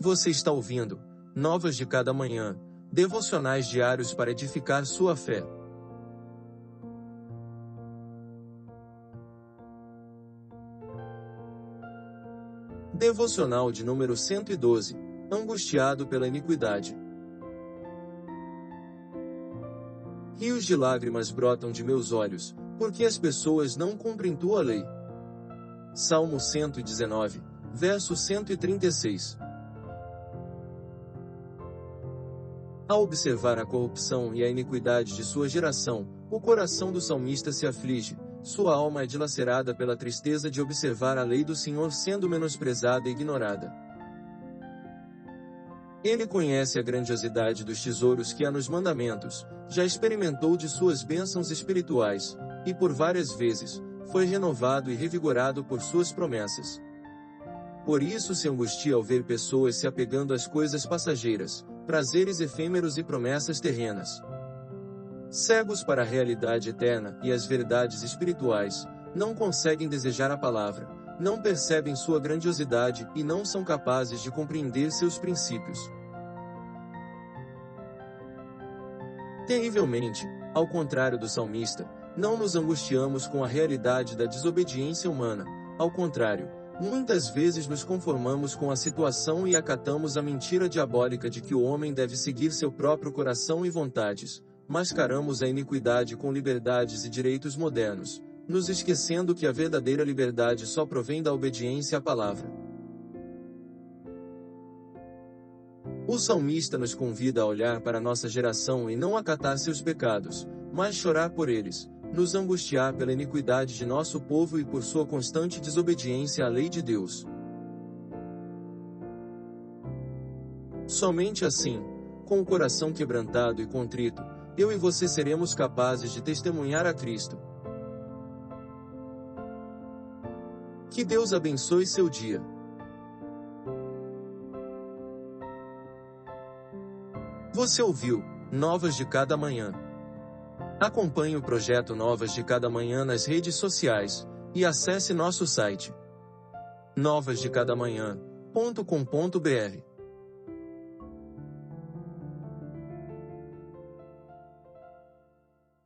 Você está ouvindo Novas de Cada Manhã, devocionais diários para edificar sua fé. Devocional de número 112, angustiado pela iniquidade. Rios de lágrimas brotam de meus olhos, porque as pessoas não cumprem tua lei. Salmo 119, verso 136. Ao observar a corrupção e a iniquidade de sua geração, o coração do salmista se aflige, sua alma é dilacerada pela tristeza de observar a lei do Senhor sendo menosprezada e ignorada. Ele conhece a grandiosidade dos tesouros que há nos mandamentos, já experimentou de suas bênçãos espirituais, e por várias vezes, foi renovado e revigorado por suas promessas. Por isso se angustia ao ver pessoas se apegando às coisas passageiras, prazeres efêmeros e promessas terrenas. Cegos para a realidade eterna e as verdades espirituais, não conseguem desejar a palavra, não percebem sua grandiosidade e não são capazes de compreender seus princípios. Terrivelmente, ao contrário do salmista, não nos angustiamos com a realidade da desobediência humana, ao contrário, muitas vezes nos conformamos com a situação e acatamos a mentira diabólica de que o homem deve seguir seu próprio coração e vontades, mascaramos a iniquidade com liberdades e direitos modernos, nos esquecendo que a verdadeira liberdade só provém da obediência à palavra. O salmista nos convida a olhar para nossa geração e não acatar seus pecados, mas chorar por eles, nos angustiar pela iniquidade de nosso povo e por sua constante desobediência à lei de Deus. Somente assim, com o coração quebrantado e contrito, eu e você seremos capazes de testemunhar a Cristo. Que Deus abençoe seu dia. Você ouviu Novas de Cada Manhã. Acompanhe o projeto Novas de Cada Manhã nas redes sociais e acesse nosso site novasdecadamanhã.com.br.